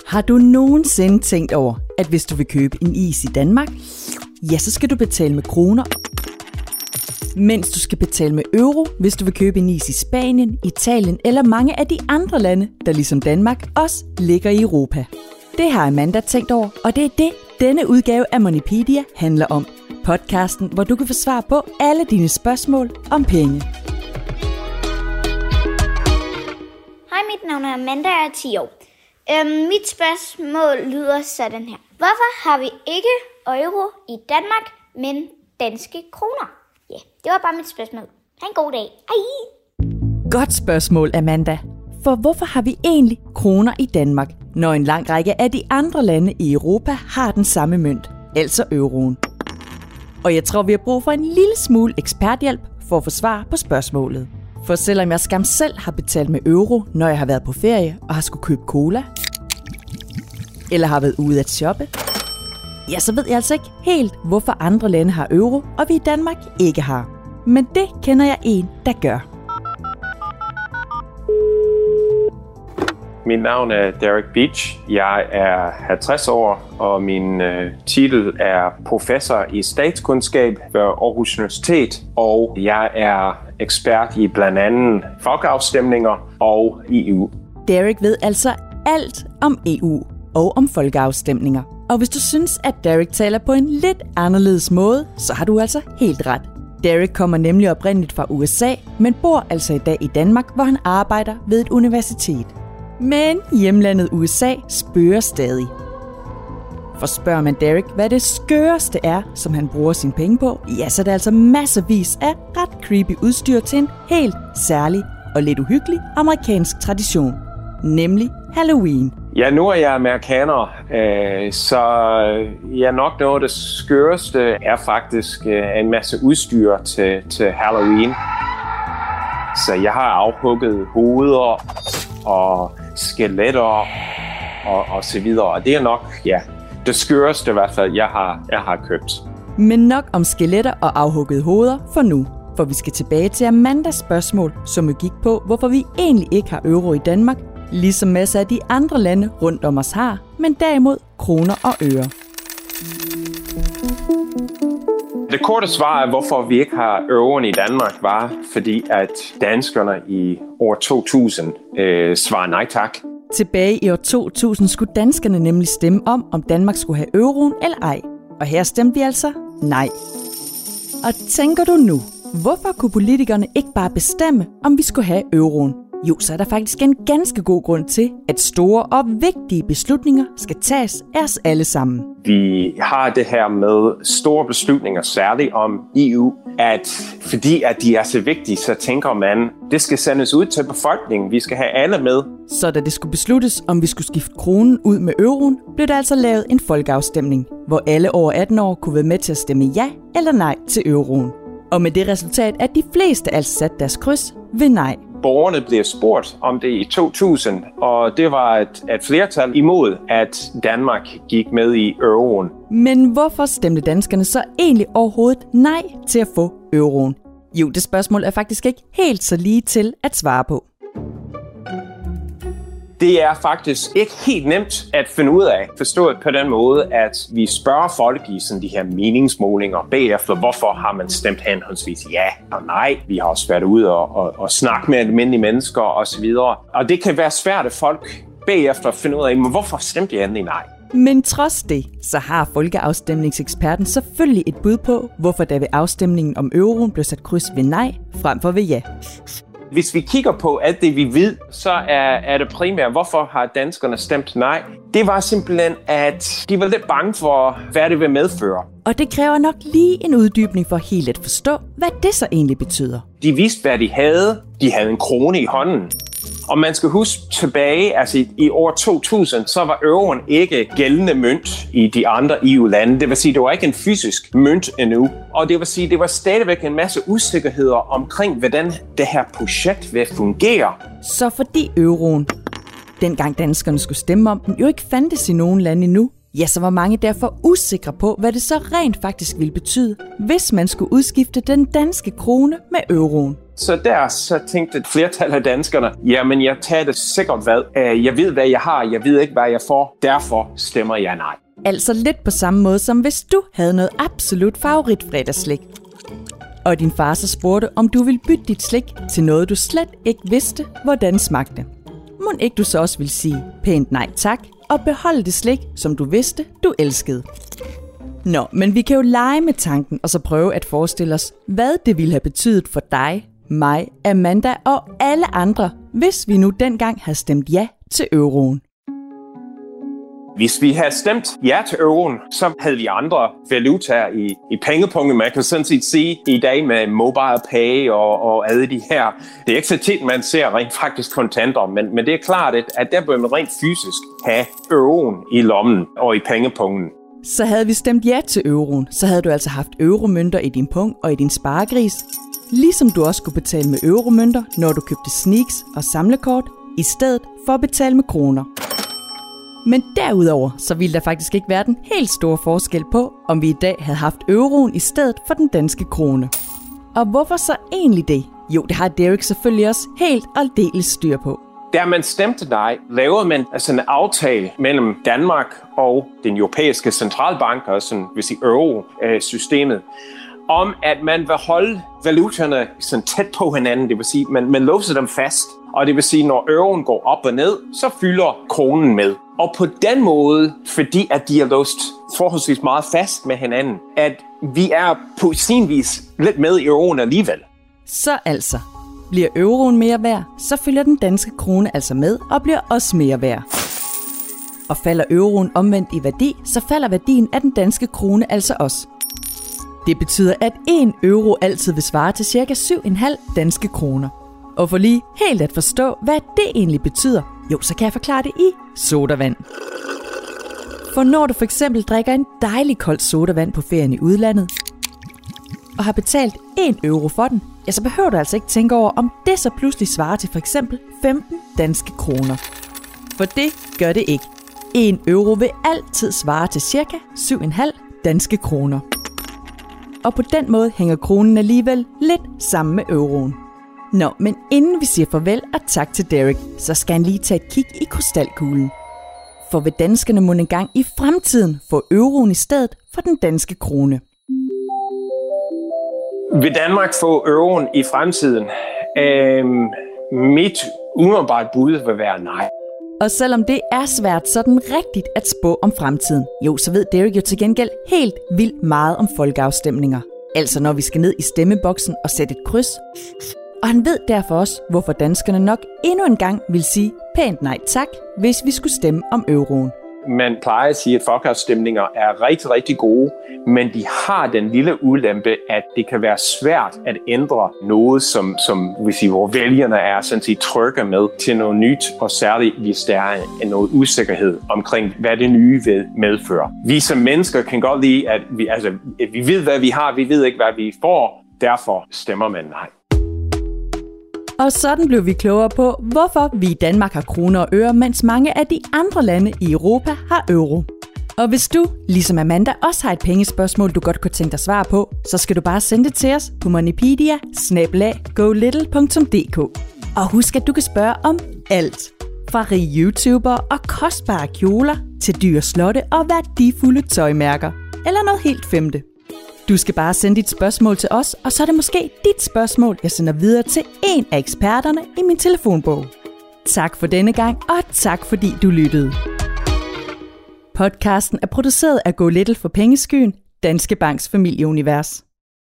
Har du nogensinde tænkt over, at hvis du vil købe en is i Danmark, ja, så skal du betale med kroner, mens du skal betale med euro, hvis du vil købe en is i Spanien, Italien eller mange af de andre lande, der ligesom Danmark også ligger i Europa. Det har Amanda tænkt over, og det er det, denne udgave af Moneypedia handler om. Podcasten, hvor du kan få svar på alle dine spørgsmål om penge. Hej, mit navn er Amanda, jeg er 10 år. Mit spørgsmål lyder sådan her. Hvorfor har vi ikke euro i Danmark, men danske kroner? Ja, det var bare mit spørgsmål. Ha' en god dag. Hej! Godt spørgsmål, Amanda. For hvorfor har vi egentlig kroner i Danmark, når en lang række af de andre lande i Europa har den samme mønt, altså euroen? Og jeg tror, vi har brug for en lille smule eksperthjælp for at få svar på spørgsmålet. For selvom jeg skam selv har betalt med euro, når jeg har været på ferie og har skulle købe cola, eller har været ude at shoppe, ja, så ved jeg altså ikke helt, hvorfor andre lande har euro, og vi i Danmark ikke har. Men det kender jeg en, der gør. Mit navn er Derek Beach. Jeg er 50 år, og min titel er professor i statskundskab ved Aarhus Universitet. Og jeg er ekspert i blandt andet folkeafstemninger og EU. Derek ved altså alt om EU og om folkeafstemninger. Og hvis du synes, at Derek taler på en lidt anderledes måde, så har du altså helt ret. Derek kommer nemlig oprindeligt fra USA, men bor altså i dag i Danmark, hvor han arbejder ved et universitet. Men hjemlandet USA spørger stadig. For spørger man Derek, hvad det skøreste er, som han bruger sine penge på, ja, så er det altså masservis af ret creepy udstyr til en helt særlig og lidt uhyggelig amerikansk tradition, nemlig Halloween. Ja, nu er jeg amerikaner, så ja, nok noget af det skøreste er faktisk en masse udstyr til Halloween. Så jeg har afhugget hoveder og skeletter og så videre. Og det er nok, ja, det skøreste i hvert fald, jeg har købt. Men nok om skeletter og afhuggede hoveder for nu. For vi skal tilbage til Amandas spørgsmål, som jo gik på, hvorfor vi egentlig ikke har euro i Danmark, ligesom masser af de andre lande rundt om os har, men derimod kroner og øre. Det korte svar er, hvorfor vi ikke har euroen i Danmark, var fordi at danskerne i år 2000 svarer nej tak. Tilbage i år 2000 skulle danskerne nemlig stemme om Danmark skulle have euroen eller ej. Og her stemte vi altså nej. Og tænker du nu, hvorfor kunne politikerne ikke bare bestemme, om vi skulle have euroen? Jo, så er der faktisk en ganske god grund til, at store og vigtige beslutninger skal tages af os alle sammen. Vi har det her med store beslutninger, særligt om EU, at fordi at de er så vigtige, så tænker man, det skal sendes ud til befolkningen. Vi skal have alle med. Så da det skulle besluttes, om vi skulle skifte kronen ud med euroen, blev der altså lavet en folkeafstemning, hvor alle over 18 år kunne være med til at stemme ja eller nej til euroen. Og med det resultat, at de fleste altså satte deres kryds ved nej. Borgerne blev spurgt om det i 2000, og det var et flertal imod, at Danmark gik med i euroen. Men hvorfor stemte danskerne så egentlig overhovedet nej til at få euroen? Jo, det spørgsmål er faktisk ikke helt så lige til at svare på. Det er faktisk ikke helt nemt at finde ud af, forstået på den måde, at vi spørger folk i sådan de her meningsmålinger bagefter, hvorfor har man stemt henholdsvis ja og nej. Vi har også været ude og snakke med almindelige mennesker osv. Og det kan være svært at folk bagefter finde ud af, men hvorfor stemte jeg endelig nej? Men trods det, så har folkeafstemningseksperten selvfølgelig et bud på, hvorfor der ved afstemningen om euroen blev sat kryds ved nej frem for ved ja. Hvis vi kigger på alt det, vi ved, så er det primært, hvorfor har danskerne stemt nej? Det var simpelthen, at de var lidt bange for, hvad det vil medføre. Og det kræver nok lige en uddybning for helt at forstå, hvad det så egentlig betyder. De vidste, hvad de havde. De havde en krone i hånden. Og man skal huske tilbage, altså i år 2000, så var euroen ikke gældende mønt i de andre EU-lande. Det vil sige, det var ikke en fysisk mønt endnu. Og det vil sige, det var stadigvæk en masse usikkerheder omkring, hvordan det her projekt vil fungere. Så fordi euroen, dengang danskerne skulle stemme om den, jo ikke fandtes i nogen lande endnu, ja, så var mange derfor usikre på, hvad det så rent faktisk ville betyde, hvis man skulle udskifte den danske krone med euroen. Så tænkte et flertal af danskerne, jamen jeg tager det sikkert hvad. Jeg ved, hvad jeg har, jeg ved ikke, hvad jeg får, derfor stemmer jeg nej. Altså lidt på samme måde, som hvis du havde noget absolut favoritfredagsslik. Og din far så spurgte, om du ville bytte dit slik til noget, du slet ikke vidste, hvordan smagte. Mon ikke du så også ville sige pænt nej tak, og beholde det slik, som du vidste, du elskede. Nå, men vi kan jo lege med tanken, og så prøve at forestille os, hvad det ville have betydet for dig, mig, Amanda og alle andre, hvis vi nu dengang havde stemt ja til euroen. Hvis vi havde stemt ja til euroen, så havde vi andre valutaer i pengepunkten. Man kan sådan set sige i dag med mobile pay og alle de her. Det er ikke så tit, man ser rent faktisk kontanter, men det er klart, at der bør man rent fysisk have euroen i lommen og i pengepunkten. Så havde vi stemt ja til euroen, så havde du altså haft euromønter i din punkt og i din sparegris, ligesom du også skulle betale med euromønter, når du købte sneaks og samlekort, i stedet for at betale med kroner. Men derudover, så ville der faktisk ikke være den helt store forskel på, om vi i dag havde haft euroen i stedet for den danske krone. Og hvorfor så egentlig det? Jo, det har Derek selvfølgelig også helt aldeles styr på. Da man stemte nej, lavede man altså en aftale mellem Danmark og den europæiske centralbank, altså vil sige euro-systemet, om at man vil holde valutaerne sådan tæt på hinanden, det vil sige, man låser dem fast. Og det vil sige, når euroen går op og ned, så fylder kronen med. Og på den måde, fordi at de er låst forholdsvis meget fast med hinanden, at vi er på sin vis lidt med i euroen alligevel. Så altså, bliver euroen mere værd, så følger den danske krone altså med og bliver også mere værd. Og falder euroen omvendt i værdi, så falder værdien af den danske krone altså også. Det betyder, at 1 euro altid vil svare til ca. 7,5 danske kroner. Og for lige helt at forstå, hvad det egentlig betyder, jo, så kan jeg forklare det i sodavand. For når du for eksempel drikker en dejlig kold sodavand på ferien i udlandet, og har betalt 1 euro for den, ja, så behøver du altså ikke tænke over, om det så pludselig svarer til for eksempel 15 danske kroner. For det gør det ikke. 1 euro vil altid svare til ca. 7,5 danske kroner. Og på den måde hænger kronen alligevel lidt sammen med euroen. Nå, men inden vi siger farvel og tak til Derek, så skal han lige tage et kig i krystalkuglen. For vil danskerne må en gang i fremtiden få euroen i stedet for den danske krone? Vil Danmark få euroen i fremtiden? Mit umiddelbart bud vil være nej. Og selvom det er svært sådan rigtigt at spå om fremtiden, jo, så ved Derek jo til gengæld helt vildt meget om folkeafstemninger. Altså når vi skal ned i stemmeboksen og sætte et kryds. Og han ved derfor også, hvorfor danskerne nok endnu en gang vil sige pænt nej tak, hvis vi skulle stemme om euroen. Man plejer at sige, at folkeafstemninger er rigtig, rigtig gode, men de har den lille ulempe, at det kan være svært at ændre noget, som vil sige, hvor vælgerne er sådan set trygge med til noget nyt, og særligt hvis der er noget usikkerhed omkring, hvad det nye vil medføre. Vi som mennesker kan godt lide, at vi ved, hvad vi har, vi ved ikke, hvad vi får, derfor stemmer man nej. Og sådan blev vi klogere på, hvorfor vi i Danmark har kroner og øre, mens mange af de andre lande i Europa har euro. Og hvis du, ligesom Amanda, også har et pengespørgsmål, du godt kunne tænke dig svar på, så skal du bare sende det til os på moneypedia@golittle.dk. Og husk, at du kan spørge om alt. Fra rige YouTubere og kostbare kjoler til dyre slotte og værdifulde tøjmærker. Eller noget helt femte. Du skal bare sende dit spørgsmål til os, og så er det måske dit spørgsmål, jeg sender videre til en af eksperterne i min telefonbog. Tak for denne gang, og tak fordi du lyttede. Podcasten er produceret af Go Little for Pengeskyen, Danske Banks familieunivers.